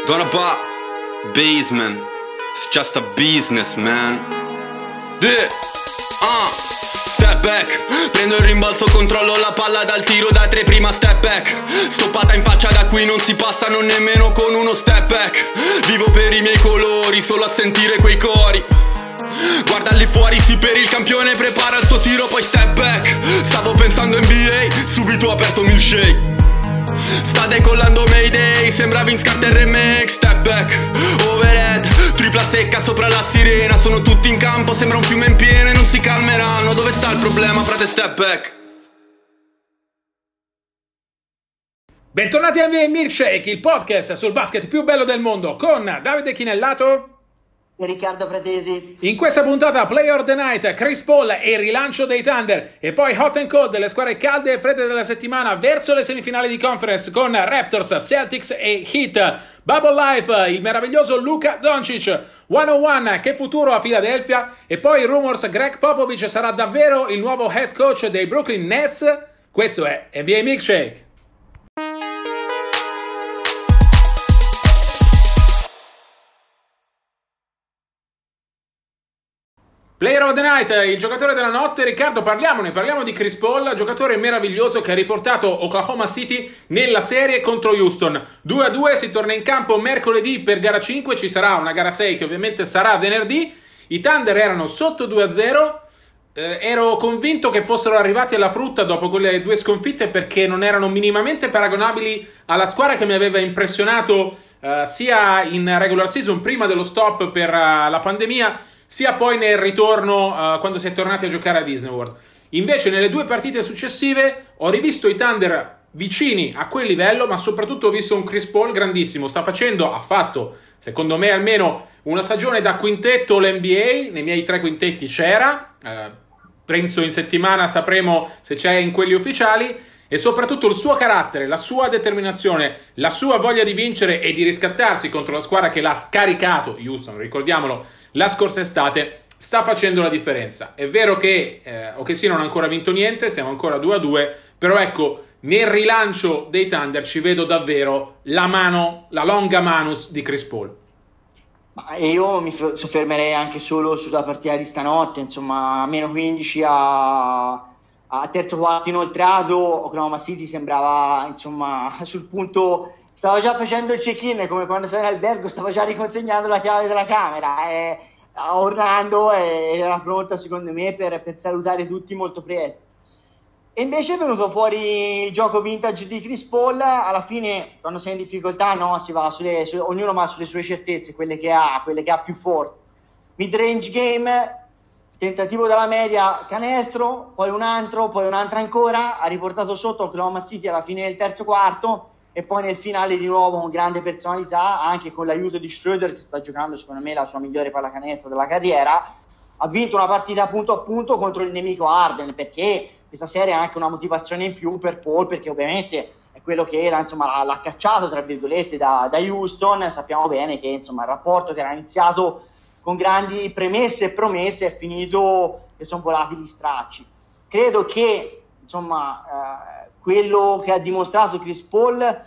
Gonna buy basement. It's just a business, man. Step back, prendo il rimbalzo, controllo la palla dal tiro da tre, prima step back. Stoppata in faccia, da qui non si passa non nemmeno con uno step back. Vivo per i miei colori, solo a sentire quei cori. Guarda lì fuori, sì, per il campione, prepara il suo tiro, poi step back. Stavo pensando NBA, subito ho aperto milkshake. Sta decollando Mayday, sembra Vince Carter remake. Step back, overhead, tripla secca sopra la sirena. Sono tutti in campo, sembra un fiume in piena e non si calmeranno. Dove sta il problema, frate? Step back. Bentornati a NBA Milkshake, il podcast sul basket più bello del mondo, con Davide Chinellato e Riccardo Fratesi. In questa puntata Player of the Night, Chris Paul e il rilancio dei Thunder, e poi hot and cold, le squadre calde e fredde della settimana verso le semifinali di conference con Raptors, Celtics e Heat. Bubble Life, il meraviglioso Luka Doncic, 101, che futuro a Philadelphia, e poi rumors Greg Popovich sarà davvero il nuovo head coach dei Brooklyn Nets. Questo è NBA Milkshake. Player of the Night, il giocatore della notte. Riccardo, parliamo di Chris Paul, giocatore meraviglioso che ha riportato Oklahoma City nella serie contro Houston. 2-2, si torna in campo mercoledì per gara 5, ci sarà una gara 6 che ovviamente sarà venerdì. I Thunder erano sotto 2-0, ero convinto che fossero arrivati alla frutta dopo quelle due sconfitte, perché non erano minimamente paragonabili alla squadra che mi aveva impressionato sia in regular season prima dello stop per la pandemia, sia poi nel ritorno quando si è tornati a giocare a Disney World. Invece nelle due partite successive ho rivisto i Thunder vicini a quel livello, ma soprattutto ho visto un Chris Paul grandissimo. Ha fatto, secondo me almeno, una stagione da quintetto l'NBA. Nei miei tre quintetti c'era, penso in settimana sapremo se c'è in quelli ufficiali. E soprattutto il suo carattere, la sua determinazione, la sua voglia di vincere e di riscattarsi contro la squadra che l'ha scaricato, Houston, ricordiamolo, la scorsa estate, sta facendo la differenza. È vero che OKC non ha ancora vinto niente, siamo ancora 2-2, però ecco, nel rilancio dei Thunder ci vedo davvero la longa manus di Chris Paul. Ma io mi soffermerei anche solo sulla partita di stanotte, insomma, meno 15 a terzo quarto inoltrato. Oklahoma City sembrava, insomma, sul punto, stava già facendo il check-in, come quando sei in albergo, stava già riconsegnando la chiave della camera a Orlando, e era pronta secondo me per salutare tutti molto presto. E invece è venuto fuori il gioco vintage di Chris Paul. Alla fine, quando sei in difficoltà, no, si va ognuno va sulle sue certezze, quelle che ha più forti. Mid-range game, tentativo dalla media, canestro, poi un altro, poi un'altra ancora, ha riportato sotto Oklahoma City alla fine del terzo quarto, e poi nel finale di nuovo con grande personalità, anche con l'aiuto di Schroeder, che sta giocando secondo me la sua migliore pallacanestro della carriera. Ha vinto una partita punto a punto contro il nemico Harden, perché questa serie ha anche una motivazione in più per Paul, perché ovviamente è quello che l'ha cacciato tra virgolette da Houston. Sappiamo bene che, insomma, il rapporto che era iniziato con grandi premesse e promesse è finito che sono volati gli stracci. Credo che, insomma, quello che ha dimostrato Chris Paul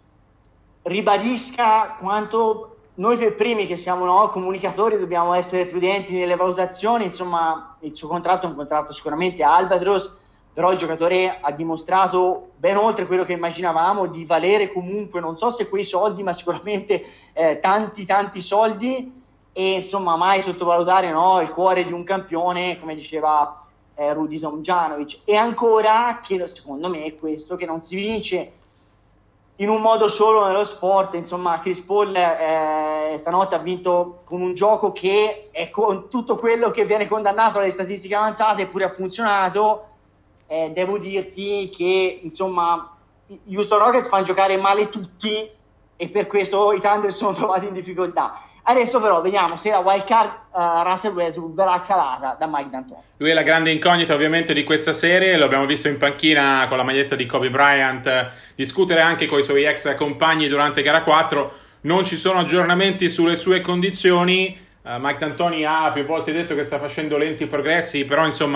ribadisca quanto noi per primi, che siamo comunicatori, dobbiamo essere prudenti nelle valutazioni. Insomma, il suo contratto è un contratto sicuramente albatros, però il giocatore ha dimostrato, ben oltre quello che immaginavamo, di valere comunque, non so se quei soldi, ma sicuramente tanti soldi. E insomma, mai sottovalutare il cuore di un campione, come diceva Rudy Tomjanovic. E ancora, che secondo me è questo, che non si vince in un modo solo nello sport. Insomma, Chris Paul stanotte ha vinto con un gioco che è con tutto quello che viene condannato alle statistiche avanzate, eppure ha funzionato. Devo dirti che, insomma, gli Houston Rockets fanno giocare male tutti, e per questo i Thunder sono trovati in difficoltà. Adesso però vediamo se la wildcard Russell Westbrook verrà calata da Mike D'Antoni. Lui è la grande incognita ovviamente di questa serie, lo abbiamo visto in panchina con la maglietta di Kobe Bryant discutere anche con i suoi ex compagni durante gara 4. Non ci sono aggiornamenti sulle sue condizioni. Mike D'Antoni ha più volte detto che sta facendo lenti progressi, però insomma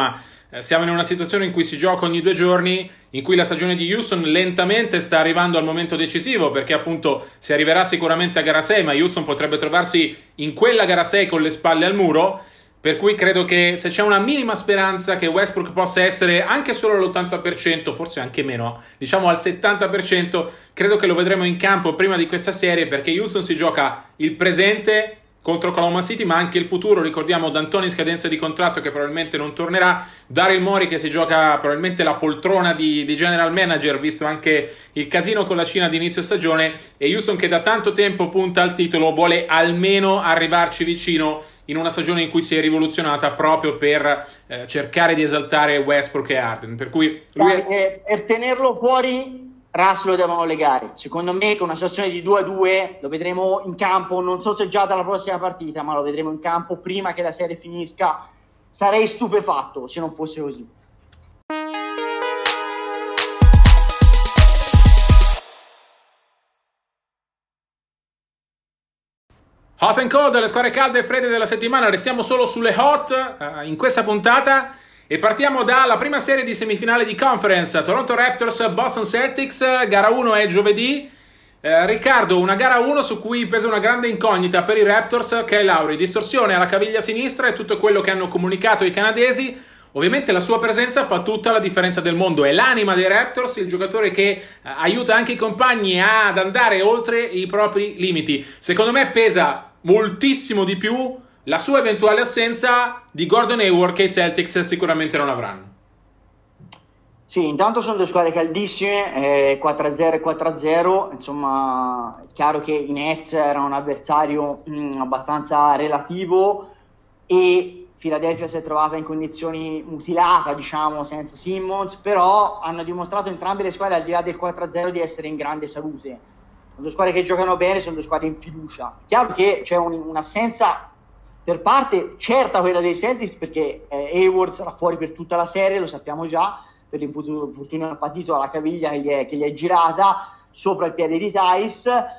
siamo in una situazione in cui si gioca ogni 2 giorni, in cui la stagione di Houston lentamente sta arrivando al momento decisivo, perché appunto si arriverà sicuramente a gara 6, ma Houston potrebbe trovarsi in quella gara 6 con le spalle al muro, per cui credo che se c'è una minima speranza che Westbrook possa essere anche solo all'80%, forse anche meno, diciamo al 70%, credo che lo vedremo in campo prima di questa serie, perché Houston si gioca il presente contro Oklahoma City, ma anche il futuro. Ricordiamo D'Antoni in scadenza di contratto che probabilmente non tornerà, Daryl Morey che si gioca probabilmente la poltrona di general manager, visto anche il casino con la Cina di inizio stagione, e Houston che da tanto tempo punta al titolo, vuole almeno arrivarci vicino in una stagione in cui si è rivoluzionata proprio per cercare di esaltare Westbrook e Harden, per cui per tenerlo fuori Russ lo devono legare. Secondo me con una situazione di 2-2 lo vedremo in campo, non so se già dalla prossima partita, ma lo vedremo in campo prima che la serie finisca. Sarei stupefatto se non fosse così. Hot and cold, le squadre calde e fredde della settimana. Restiamo solo sulle hot in questa puntata e partiamo dalla prima serie di semifinale di conference, Toronto Raptors Boston Celtics. Gara 1 è giovedì. Riccardo, una gara 1 su cui pesa una grande incognita per i Raptors, Kyle Lowry, distorsione alla caviglia sinistra e tutto quello che hanno comunicato i canadesi. Ovviamente la sua presenza fa tutta la differenza del mondo, è l'anima dei Raptors, il giocatore che aiuta anche i compagni ad andare oltre i propri limiti. Secondo me pesa moltissimo di più la sua eventuale assenza di Gordon Hayward, che i Celtics sicuramente non avranno. Sì, intanto sono 2 squadre caldissime, 4-0 e 4-0, insomma è chiaro che i Nets erano un avversario abbastanza relativo e Philadelphia si è trovata in condizioni mutilata, diciamo, senza Simmons, però hanno dimostrato entrambe le squadre, al di là del 4-0, di essere in grande salute. Sono 2 squadre che giocano bene, sono 2 squadre in fiducia. Chiaro che c'è un'assenza per parte certa, quella dei Celtics, perché Hayward sarà fuori per tutta la serie, lo sappiamo già, per l'infortunio al patito alla caviglia che gli è girata sopra il piede di Theis,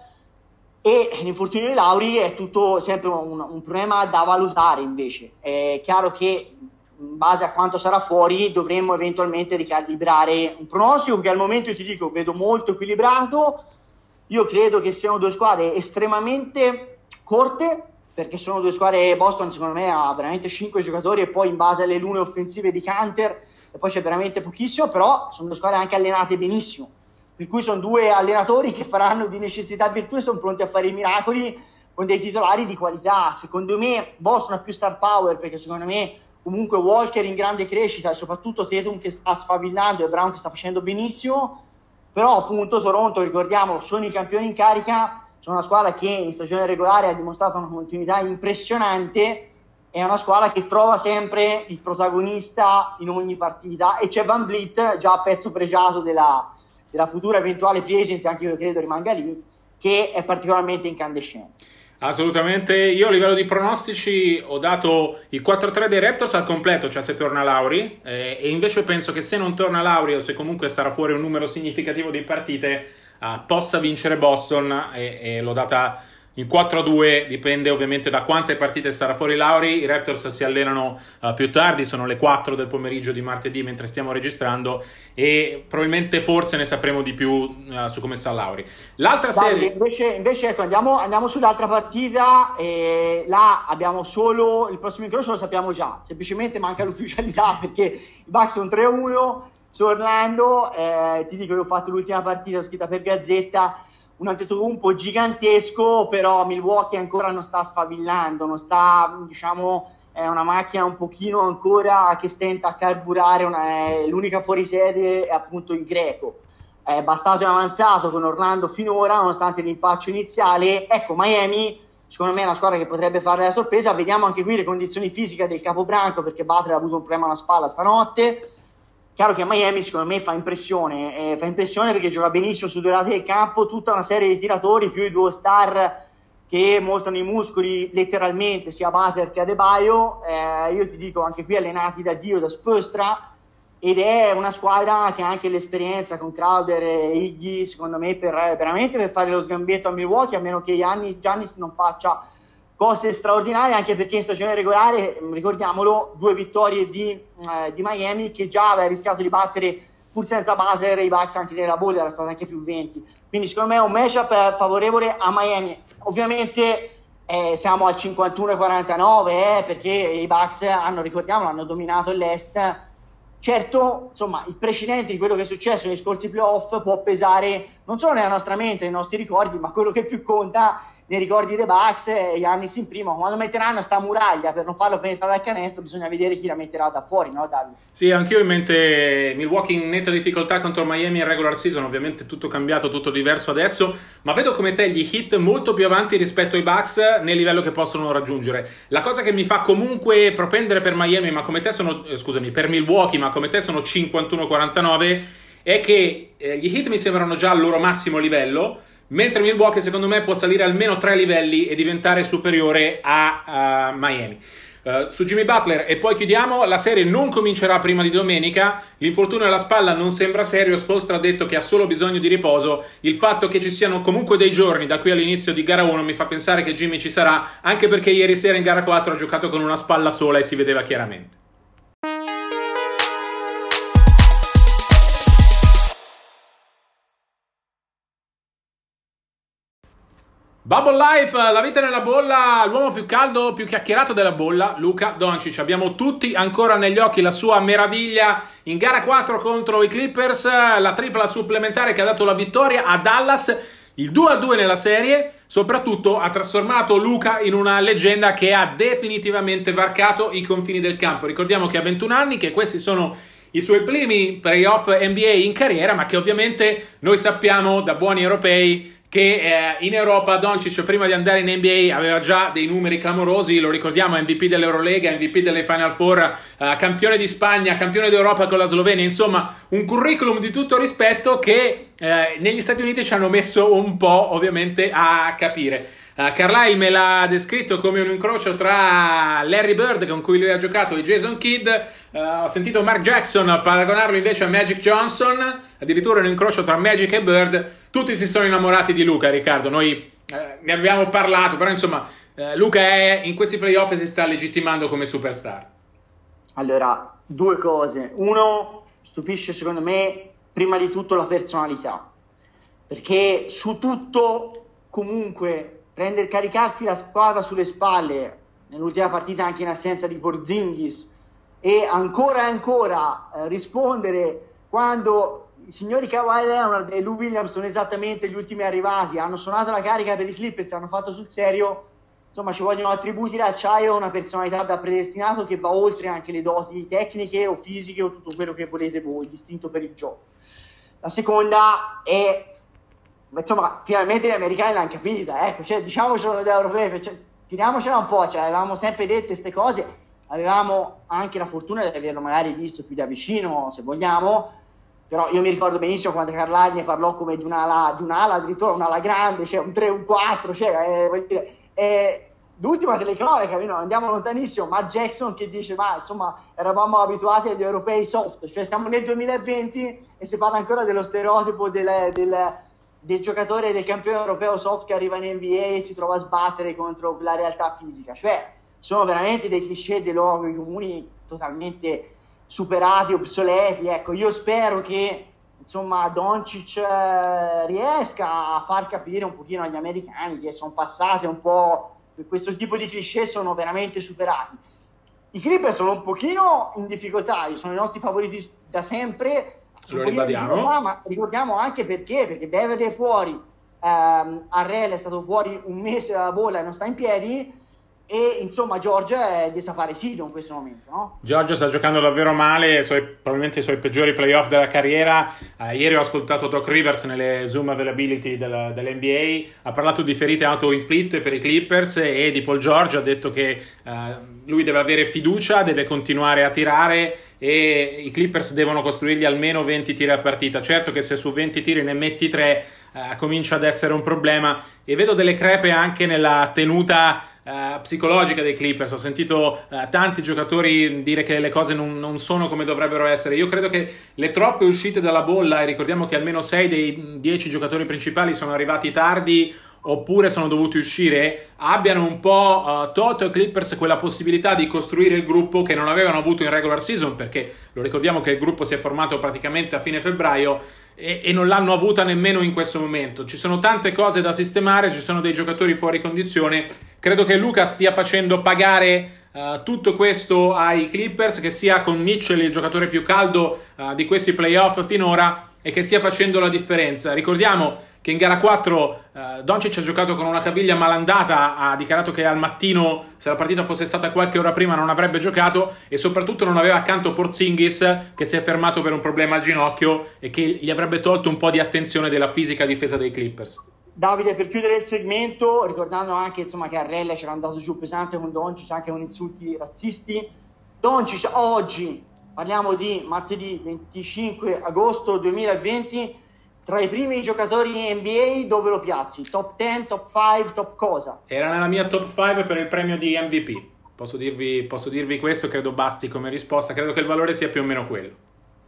e l'infortunio di Lowry è tutto sempre un problema da valutare. Invece è chiaro che in base a quanto sarà fuori dovremmo eventualmente ricalibrare un pronostico che al momento, io ti dico, vedo molto equilibrato. Io credo che siano 2 squadre estremamente corte, perché sono 2 squadre. Boston secondo me ha veramente 5 giocatori e poi in base alle lune offensive di Canter e poi c'è veramente pochissimo, però sono 2 squadre anche allenate benissimo, per cui sono 2 allenatori che faranno di necessità virtù e sono pronti a fare i miracoli con dei titolari di qualità. Secondo me Boston ha più star power, perché secondo me comunque Walker in grande crescita e soprattutto Tatum che sta sfavillando e Brown che sta facendo benissimo, però appunto Toronto, ricordiamolo, sono i campioni in carica, sono una squadra che in stagione regolare ha dimostrato una continuità impressionante, è una squadra che trova sempre il protagonista in ogni partita, e c'è Van Vliet, già pezzo pregiato della futura eventuale free agency, anche io credo rimanga lì, che è particolarmente incandescente. Assolutamente. Io a livello di pronostici ho dato il 4-3 dei Raptors al completo, cioè se torna Lowry, e invece penso che se non torna Lowry o se comunque sarà fuori un numero significativo di partite possa vincere Boston, e l'ho data in 4-2, dipende ovviamente da quante partite sarà fuori Lowry. I Raptors si allenano più tardi, sono le 4 del pomeriggio di martedì mentre stiamo registrando, e probabilmente forse ne sapremo di più su come sta Lowry. L'altra serie invece ecco, andiamo sull'altra partita, e là abbiamo solo il prossimo incrocio, lo sappiamo già, semplicemente manca l'ufficialità perché i Bucks sono 3-1 su Orlando. Ti dico che ho fatto l'ultima partita, ho scritta per Gazzetta, un Antetokounmpo gigantesco, però Milwaukee ancora non sta sfavillando, non sta, diciamo, è una macchina un pochino ancora che stenta a carburare, l'unica fuorisede è appunto il greco. È bastato e avanzato con Orlando finora, nonostante l'impaccio iniziale. Ecco, Miami secondo me è una squadra che potrebbe fare la sorpresa. Vediamo anche qui le condizioni fisiche del capobranco, perché Butler ha avuto un problema alla spalla stanotte. Chiaro che Miami secondo me fa impressione perché gioca benissimo su 2 lati del campo, tutta una serie di tiratori, più i 2 star che mostrano i muscoli letteralmente, sia Butler che Adebayo. Io ti dico, anche qui allenati da Dio, da Spoelstra, ed è una squadra che ha anche l'esperienza con Crowder e Iggy, secondo me, veramente per fare lo sgambetto a Milwaukee, a meno che Giannis non faccia cose straordinarie, anche perché in stagione regolare, ricordiamolo, 2 vittorie di Miami, che già aveva rischiato di battere pur senza Butler i Bucks anche nella bolla, era stato anche più 20. Quindi secondo me è un matchup favorevole a Miami. Ovviamente siamo al 51-49 perché i Bucks hanno dominato l'Est. Certo, insomma, il precedente di quello che è successo negli scorsi playoff può pesare non solo nella nostra mente, nei nostri ricordi, ma quello che più conta nei ricordi dei Bucks e Giannis in primo. Quando metteranno sta muraglia per non farlo penetrare al canestro, bisogna vedere chi la metterà da fuori, no Davide? Sì, anch'io ho in mente Milwaukee in netta difficoltà contro Miami in regular season, ovviamente tutto cambiato, tutto diverso adesso, ma vedo come te gli Heat molto più avanti rispetto ai Bucks nel livello che possono raggiungere. La cosa che mi fa comunque propendere per Miami, ma come te sono, per Milwaukee, ma come te sono 51-49, è che gli Heat mi sembrano già al loro massimo livello, mentre Milwaukee secondo me può salire almeno 3 livelli e diventare superiore a Miami. Su Jimmy Butler e poi chiudiamo, la serie non comincerà prima di domenica, l'infortunio alla spalla non sembra serio, Spoelstra ha detto che ha solo bisogno di riposo, il fatto che ci siano comunque dei giorni da qui all'inizio di gara 1 mi fa pensare che Jimmy ci sarà, anche perché ieri sera in gara 4 ha giocato con una spalla sola e si vedeva chiaramente. Bubble Life, la vita nella bolla, l'uomo più caldo, più chiacchierato della bolla, Luka Doncic. Abbiamo tutti ancora negli occhi la sua meraviglia in gara 4 contro i Clippers, la tripla supplementare che ha dato la vittoria a Dallas, il 2-2 nella serie, soprattutto ha trasformato Luka in una leggenda che ha definitivamente varcato i confini del campo. Ricordiamo che ha 21 anni, che questi sono i suoi primi playoff NBA in carriera, ma che ovviamente noi sappiamo da buoni europei che in Europa Doncic prima di andare in NBA aveva già dei numeri clamorosi, lo ricordiamo, MVP dell'Eurolega, MVP delle Final Four, campione di Spagna, campione d'Europa con la Slovenia, insomma un curriculum di tutto rispetto che negli Stati Uniti ci hanno messo un po' ovviamente a capire. Carlisle me l'ha descritto come un incrocio tra Larry Bird, con cui lui ha giocato, e Jason Kidd. Ho sentito Mark Jackson paragonarlo invece a Magic Johnson, addirittura un incrocio tra Magic e Bird. Tutti si sono innamorati di Luka, Riccardo, noi ne abbiamo parlato, però insomma Luka in questi playoff si sta legittimando come superstar. Allora, 2 cose. Uno, stupisce secondo me prima di tutto la personalità, perché su tutto comunque prendere, caricarsi la squadra sulle spalle nell'ultima partita anche in assenza di Porzingis e ancora rispondere quando i signori Kawhi Leonard e Lou Williams sono esattamente gli ultimi arrivati, hanno suonato la carica per i Clippers, hanno fatto sul serio, insomma ci vogliono attributi d'acciaio, una personalità da predestinato che va oltre anche le doti tecniche o fisiche o tutto quello che volete voi, distinto per il gioco. La seconda è, insomma, finalmente gli americani l'hanno capita, ecco, cioè, diciamocelo da europei, cioè, tiriamocela un po', cioè, avevamo sempre dette queste cose, avevamo anche la fortuna di averlo magari visto più da vicino, se vogliamo, però io mi ricordo benissimo quando Carlisle ne parlò come di un'ala addirittura un'ala grande, cioè un 3, un 4, cioè, voglio dire, l'ultima telecronaca, andiamo lontanissimo, ma Jackson che dice, ma insomma eravamo abituati agli europei soft, cioè siamo nel 2020 e si parla ancora dello stereotipo del giocatore del campione europeo soft che arriva in NBA e si trova a sbattere contro la realtà fisica, cioè sono veramente dei cliché, dei luoghi comuni totalmente superati, obsoleti. Ecco, io spero che insomma Doncic riesca a far capire un pochino agli americani che sono passate un po', questo tipo di cliché sono veramente superati. I Clippers sono un pochino in difficoltà, sono i nostri favoriti da sempre, lo ribadiamo, ma ricordiamo anche perché Beverly è fuori, Harrell è stato fuori un mese dalla bolla e non sta in piedi, e insomma George è desaparecido in questo momento, no? George sta giocando davvero male, probabilmente i suoi peggiori playoff della carriera. Ieri ho ascoltato Doc Rivers nelle Zoom Availability dell'NBA, ha parlato di ferite auto-inflitte per i Clippers e di Paul George, ha detto che lui deve avere fiducia, deve continuare a tirare e i Clippers devono costruirgli almeno 20 tiri a partita. Certo che se su 20 tiri ne metti 3 comincia ad essere un problema, e vedo delle crepe anche nella tenuta psicologica dei Clippers. Ho sentito tanti giocatori dire che le cose non sono come dovrebbero essere. Io credo che le troppe uscite dalla bolla, e ricordiamo che almeno 6 dei 10 giocatori principali sono arrivati tardi oppure sono dovuti uscire, abbiano un po' tolto ai Clippers quella possibilità di costruire il gruppo che non avevano avuto in regular season, perché lo ricordiamo che il gruppo si è formato praticamente a fine febbraio e non l'hanno avuta nemmeno in questo momento. Ci sono tante cose da sistemare, ci sono dei giocatori fuori condizione. Credo che Luka stia facendo pagare tutto questo ai Clippers, che sia con Mitchell il giocatore più caldo di questi playoff finora, e che stia facendo la differenza. Ricordiamo che in gara 4 Doncic ha giocato con una caviglia malandata, ha dichiarato che al mattino, se la partita fosse stata qualche ora prima, non avrebbe giocato, e soprattutto non aveva accanto Porzingis, che si è fermato per un problema al ginocchio e che gli avrebbe tolto un po' di attenzione della fisica difesa dei Clippers. Davide, per chiudere il segmento, ricordando anche insomma, che Arrella c'era andato giù pesante con Doncic, anche con insulti razzisti. Doncic oggi, parliamo di martedì 25 agosto 2020, tra i primi giocatori NBA, dove lo piazzi? Top 10, top 5, top cosa? Era nella mia top 5 per il premio di MVP. Posso dirvi questo, credo basti come risposta, credo che il valore sia più o meno quello.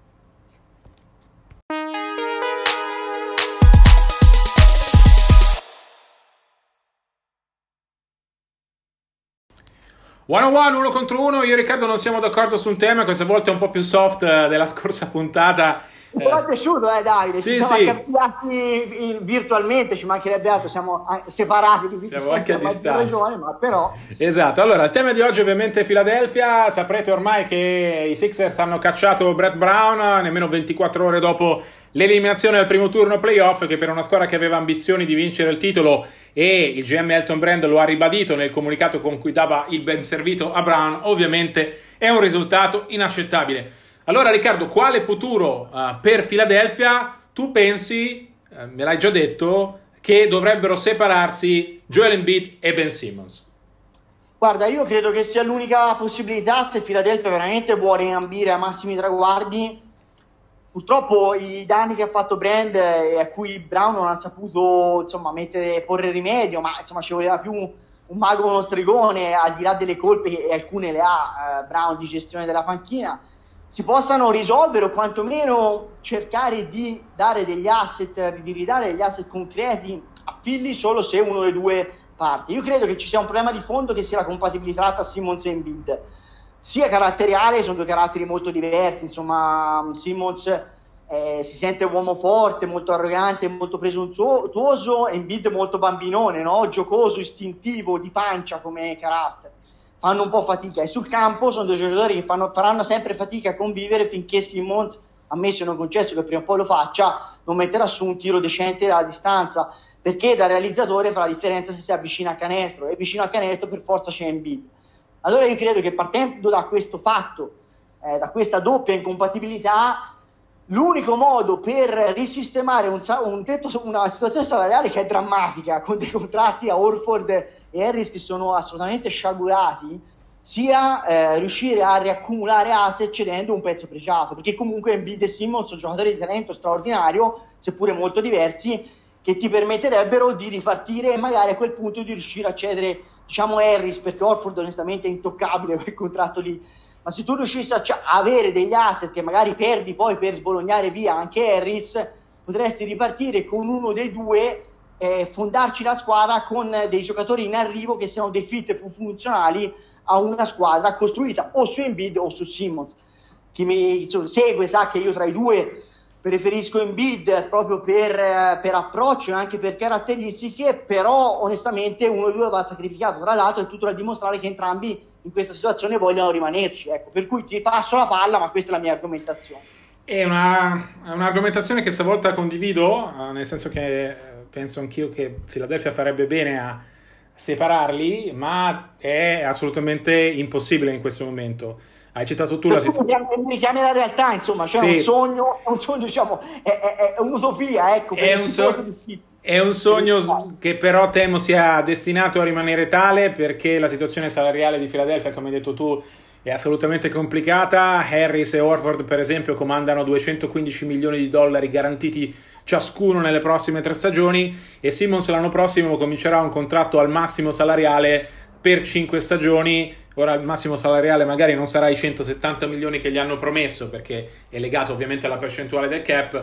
Uno contro uno, io e Riccardo non siamo d'accordo su un tema, questa volta è un po' più soft della scorsa puntata. Mi è piaciuto, Davide, sì, ci siamo cambiati virtualmente, ci mancherebbe altro, siamo separati. Siamo anche a distanza. Ragione, ma però... Esatto, allora il tema di oggi ovviamente è Philadelphia. Saprete ormai che i Sixers hanno cacciato Brett Brown nemmeno 24 ore dopo l'eliminazione al primo turno playoff, che per una squadra che aveva ambizioni di vincere il titolo, e il GM Elton Brand lo ha ribadito nel comunicato con cui dava il ben servito a Brown, ovviamente è un risultato inaccettabile. Allora Riccardo, quale futuro per Philadelphia? Tu pensi, me l'hai già detto, che dovrebbero separarsi Joel Embiid e Ben Simmons? Guarda, io credo che sia l'unica possibilità se Philadelphia veramente vuole ambire a massimi traguardi. Purtroppo i danni che ha fatto Brand e a cui Brown non ha saputo insomma porre rimedio, ma insomma ci voleva più un mago, uno stregone, al di là delle colpe che alcune le ha Brown di gestione della panchina, si possano risolvere o quantomeno cercare di dare degli asset, di ridare degli asset concreti a Philly solo se uno delle due parti. Io credo che ci sia un problema di fondo, che sia la compatibilità tra Simmons e Embiid, sia caratteriale, sono due caratteri molto diversi, insomma Simmons si sente uomo forte, molto arrogante, molto presuntuoso, e Embiid molto bambinone, no? Giocoso, istintivo, di pancia come carattere. Fanno un po' fatica, e sul campo sono due giocatori che faranno sempre fatica a convivere finché Simmons, ammesso e non concesso che prima o poi lo faccia, non metterà su un tiro decente dalla distanza, perché da realizzatore fa la differenza se si avvicina a canestro, e vicino a canestro per forza c'è Embiid. Allora io credo che partendo da questo fatto, da questa doppia incompatibilità, l'unico modo per risistemare una situazione salariale che è drammatica, con dei contratti a Horford e Harris che sono assolutamente sciagurati, sia riuscire a riaccumulare asset cedendo un pezzo pregiato, perché comunque Embiid e Simmons sono giocatori di talento straordinario, seppure molto diversi, che ti permetterebbero di ripartire e magari a quel punto di riuscire a cedere, diciamo, Harris, perché Horford onestamente è intoccabile quel contratto lì, ma se tu riuscissi a avere degli asset che magari perdi poi per sbolognare via anche Harris, potresti ripartire con uno dei due, fondarci la squadra con dei giocatori in arrivo che siano dei fit più funzionali a una squadra costruita o su Embiid o su Simmons. Chi mi segue sa che io tra i due preferisco Embiid proprio per approccio e anche per caratteristiche, però onestamente uno dei due va sacrificato. Tra l'altro è tutto da dimostrare che entrambi in questa situazione vogliono rimanerci, ecco, per cui ti passo la palla, ma questa è la mia argomentazione. È un'argomentazione che stavolta condivido, nel senso che penso anch'io che Philadelphia farebbe bene a separarli, ma è assolutamente impossibile in questo momento. Hai citato tu la situazione. Mi richiami la realtà, insomma, cioè sì. un sogno, diciamo, è un'utopia, ecco. È un sogno che però temo sia destinato a rimanere tale, perché la situazione salariale di Philadelphia, come hai detto tu, è assolutamente complicata. Harris e Horford, per esempio, comandano $215 milioni garantiti ciascuno nelle prossime 3 stagioni, e Simmons l'anno prossimo comincerà un contratto al massimo salariale per 5 stagioni. Ora il massimo salariale magari non sarà i $170 milioni che gli hanno promesso, perché è legato ovviamente alla percentuale del cap,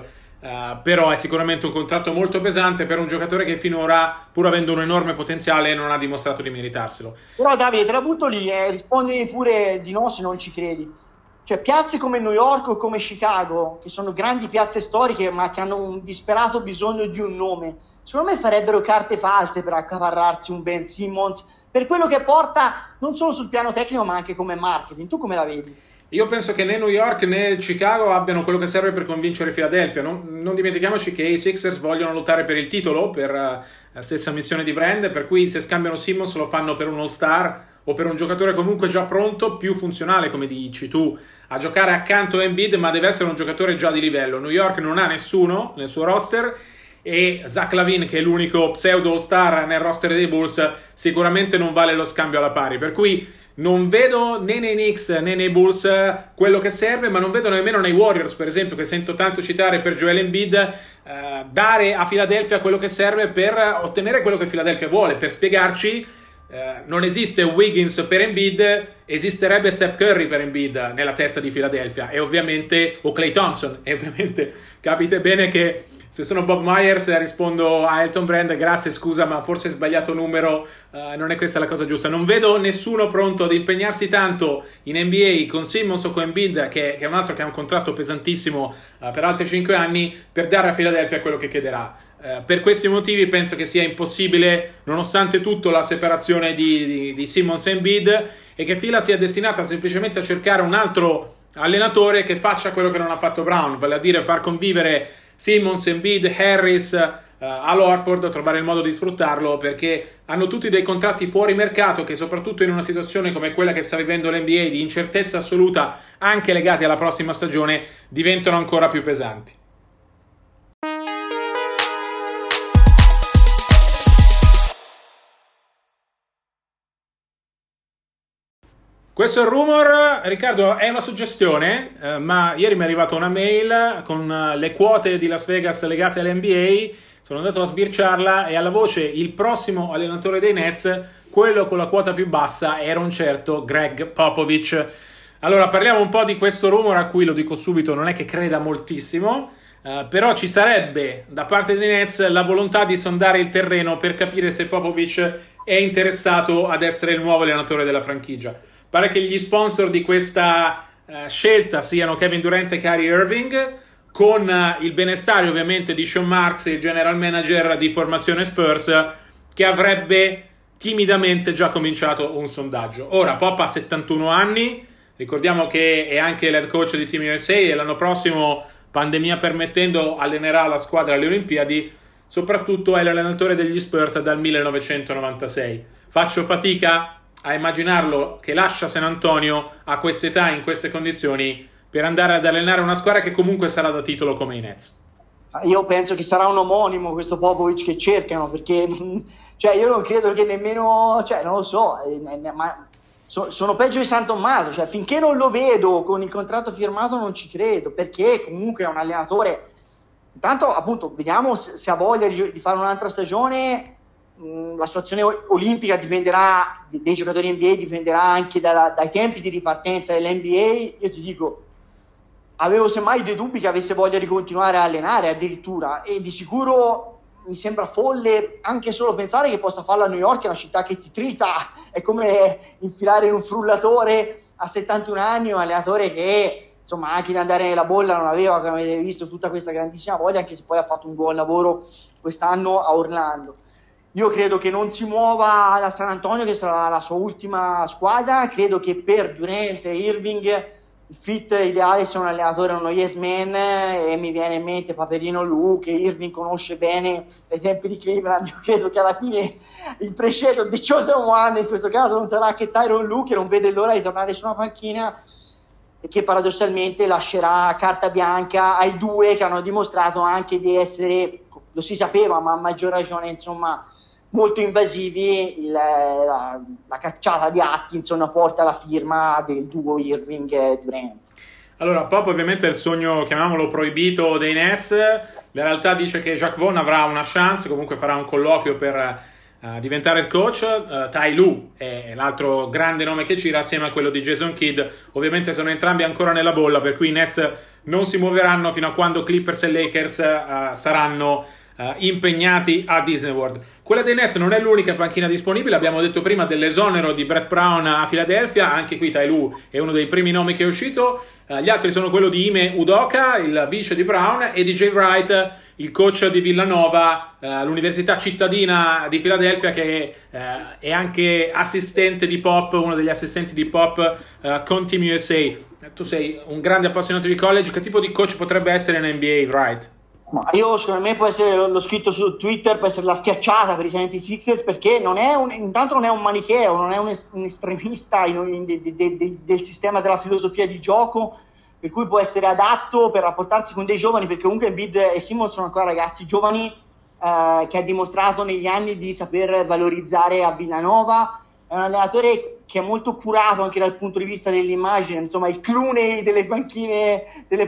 però è sicuramente un contratto molto pesante per un giocatore che finora, pur avendo un enorme potenziale, non ha dimostrato di meritarselo. Però Davide, te la butto lì, rispondi pure di no se non ci credi. Cioè piazze come New York o come Chicago, che sono grandi piazze storiche ma che hanno un disperato bisogno di un nome, secondo me farebbero carte false per accaparrarsi un Ben Simmons, per quello che porta non solo sul piano tecnico ma anche come marketing. Tu come la vedi? Io penso che né New York né Chicago abbiano quello che serve per convincere Philadelphia. Non dimentichiamoci che i Sixers vogliono lottare per il titolo, per la stessa missione di brand, per cui se scambiano Simmons lo fanno per un all-star o per un giocatore comunque già pronto, più funzionale, come dici tu, a giocare accanto a Embiid, ma deve essere un giocatore già di livello. New York non ha nessuno nel suo roster e Zach LaVine, che è l'unico pseudo all-star nel roster dei Bulls, sicuramente non vale lo scambio alla pari, per cui non vedo né nei Knicks né nei Bulls quello che serve, ma non vedo nemmeno nei Warriors, per esempio, che sento tanto citare per Joel Embiid, dare a Philadelphia quello che serve per ottenere quello che Philadelphia vuole. Per spiegarci, non esiste Wiggins per Embiid, esisterebbe Steph Curry per Embiid nella testa di Philadelphia, e ovviamente, o Klay Thompson, e ovviamente capite bene che se sono Bob Myers rispondo a Elton Brand: grazie, scusa, ma forse hai sbagliato numero, non è questa la cosa giusta. Non vedo nessuno pronto ad impegnarsi tanto in NBA con Simmons o con Embiid, che è un altro che ha un contratto pesantissimo per altri 5 anni, per dare a Philadelphia quello che chiederà. Per questi motivi penso che sia impossibile, nonostante tutto, la separazione di Simmons e Embiid, e che Phila sia destinata semplicemente a cercare un altro allenatore che faccia quello che non ha fatto Brown, vale a dire far convivere Simmons, Embiid, Harris, Al Horford, trovare il modo di sfruttarlo, perché hanno tutti dei contratti fuori mercato che, soprattutto in una situazione come quella che sta vivendo l'NBA, di incertezza assoluta, anche legati alla prossima stagione, diventano ancora più pesanti. Questo è il rumor, Riccardo, è una suggestione, ma ieri mi è arrivata una mail con le quote di Las Vegas legate all'NBA, sono andato a sbirciarla e alla voce il prossimo allenatore dei Nets, quello con la quota più bassa, era un certo Greg Popovich. Allora parliamo un po' di questo rumor, a cui, lo dico subito, non è che creda moltissimo, però ci sarebbe da parte dei Nets la volontà di sondare il terreno per capire se Popovich è interessato ad essere il nuovo allenatore della franchigia. Pare che gli sponsor di questa scelta siano Kevin Durant e Kyrie Irving, con il benestare ovviamente di Sean Marks, il general manager di formazione Spurs, che avrebbe timidamente già cominciato un sondaggio. Ora Pop ha 71 anni, ricordiamo che è anche l'head coach di Team USA e l'anno prossimo, pandemia permettendo, allenerà la squadra alle Olimpiadi. Soprattutto è l'allenatore degli Spurs dal 1996. Faccio fatica a immaginarlo che lascia San Antonio a quest'età, in queste condizioni, per andare ad allenare una squadra che comunque sarà da titolo come i Nets. Io penso che sarà un omonimo questo Popovich che cercano, perché cioè io non credo che nemmeno, cioè non lo so, ma sono peggio di San Tommaso, cioè finché non lo vedo con il contratto firmato non ci credo, perché comunque è un allenatore. Intanto appunto vediamo se ha voglia di fare un'altra stagione. La situazione olimpica dipenderà, dei giocatori NBA dipenderà anche dai tempi di ripartenza dell'NBA. Io ti dico, avevo semmai dei dubbi che avesse voglia di continuare a allenare addirittura, e di sicuro mi sembra folle anche solo pensare che possa farlo a New York, è una città che ti trita, è come infilare in un frullatore a 71 anni, un allenatore che insomma anche di andare nella bolla non aveva, come avete visto, tutta questa grandissima voglia, anche se poi ha fatto un buon lavoro quest'anno a Orlando. Io credo che non si muova da San Antonio, che sarà la sua ultima squadra. Credo che per Durant e Irving il fit ideale sia un allenatore, uno yes man, e mi viene in mente Paperino Lu, che Irving conosce bene dai tempi di Cleveland. Io credo che alla fine il prescelto di chosen one in questo caso non sarà che Tyronn Lue, che non vede l'ora di tornare su una panchina e che paradossalmente lascerà carta bianca ai due che hanno dimostrato anche di essere, lo si sapeva, ma a maggior ragione insomma molto invasivi. La cacciata di Atkinson porta alla firma del duo Irving e Durant. Allora, Pop ovviamente è il sogno, chiamiamolo proibito, dei Nets. La realtà dice che Jacques Vaughn avrà una chance, comunque farà un colloquio per diventare il coach. Ty Lue è l'altro grande nome che gira assieme a quello di Jason Kidd. Ovviamente sono entrambi ancora nella bolla, per cui i Nets non si muoveranno fino a quando Clippers e Lakers saranno impegnati a Disney World. Quella dei Nets non è l'unica panchina disponibile. Abbiamo detto prima dell'esonero di Brett Brown a Philadelphia, anche qui Ty Lue è uno dei primi nomi che è uscito. Gli altri sono quello di Ime Udoka, il vice di Brown, e DJ Wright, il coach di Villanova, l'università cittadina di Philadelphia, che è anche assistente di Pop, uno degli assistenti di Pop con Team USA. Tu sei un grande appassionato di college, che tipo di coach potrebbe essere in NBA, Wright? Ma io, secondo me, può essere, l'ho scritto su Twitter, può essere la schiacciata per i 76ers, perché intanto non è un manicheo, non è un estremista del sistema, della filosofia di gioco, per cui può essere adatto per rapportarsi con dei giovani, perché comunque Embiid e Simmons sono ancora ragazzi giovani, che ha dimostrato negli anni di saper valorizzare a Villanova. È un allenatore che è molto curato anche dal punto di vista dell'immagine, insomma il Clooney delle panchine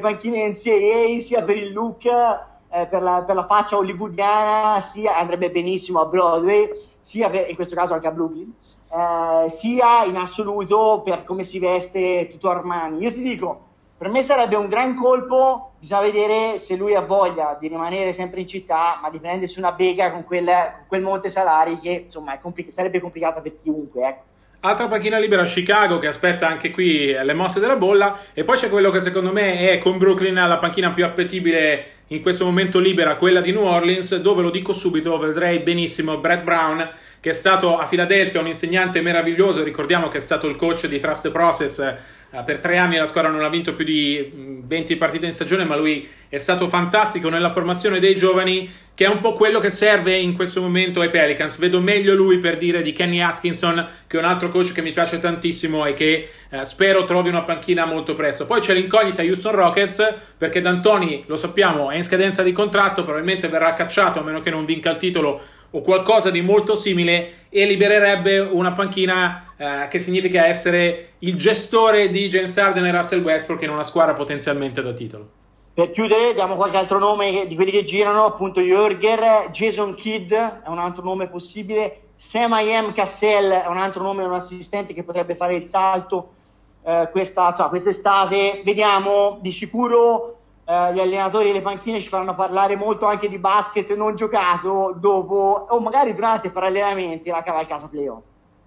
NCAA, sia per il look, per la faccia hollywoodiana, sia andrebbe benissimo a Broadway, sia in questo caso anche a Brooklyn, sia in assoluto per come si veste tutto Armani. Io ti dico, per me sarebbe un gran colpo, bisogna vedere se lui ha voglia di rimanere sempre in città, ma di prendersi una bega con quel monte salari che insomma sarebbe complicata per chiunque, ecco. Altra panchina libera, Chicago, che aspetta anche qui le mosse della bolla, e poi c'è quello che secondo me è, con Brooklyn, la panchina più appetibile in questo momento libera, quella di New Orleans, dove, lo dico subito, vedrei benissimo Brett Brown, che è stato a Philadelphia un insegnante meraviglioso. Ricordiamo che è stato il coach di Trust the Process. Per 3 anni la squadra non ha vinto più di 20 partite in stagione, ma lui è stato fantastico nella formazione dei giovani, che è un po' quello che serve in questo momento ai Pelicans. Vedo meglio lui, per dire, di Kenny Atkinson, che è un altro coach che mi piace tantissimo e che spero trovi una panchina molto presto. Poi c'è l'incognita Houston Rockets, perché D'Antoni, lo sappiamo, è in scadenza di contratto, probabilmente verrà cacciato a meno che non vinca il titolo o qualcosa di molto simile, e libererebbe una panchina che significa essere il gestore di James Harden e Russell Westbrook in una squadra potenzialmente da titolo. Per chiudere diamo qualche altro nome di quelli che girano, appunto Jörger, Jason Kidd è un altro nome possibile, Sam I.M. Cassell è un altro nome, un assistente che potrebbe fare il salto quest'estate. Vediamo, di sicuro gli allenatori e le panchine ci faranno parlare molto anche di basket non giocato dopo, o magari durante, parallelamente, la cavalcata playoff.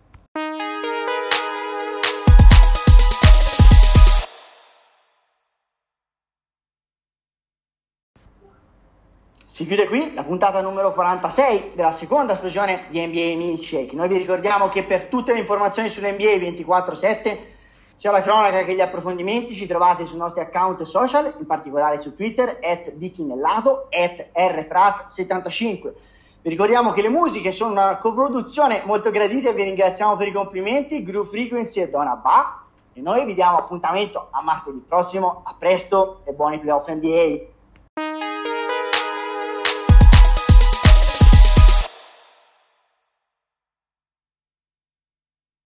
Si chiude qui la puntata numero 46 della seconda stagione di NBA Milkshake. Noi vi ricordiamo che per tutte le informazioni sull'NBA 24/7, sia la cronaca che gli approfondimenti, ci trovate sui nostri account social, in particolare su Twitter, @dichinellato, @rfrat75. Vi ricordiamo che le musiche sono una coproduzione molto gradita e vi ringraziamo per i complimenti, Groove Frequency e Donna Ba, e noi vi diamo appuntamento a martedì prossimo. A presto e buoni playoff NBA!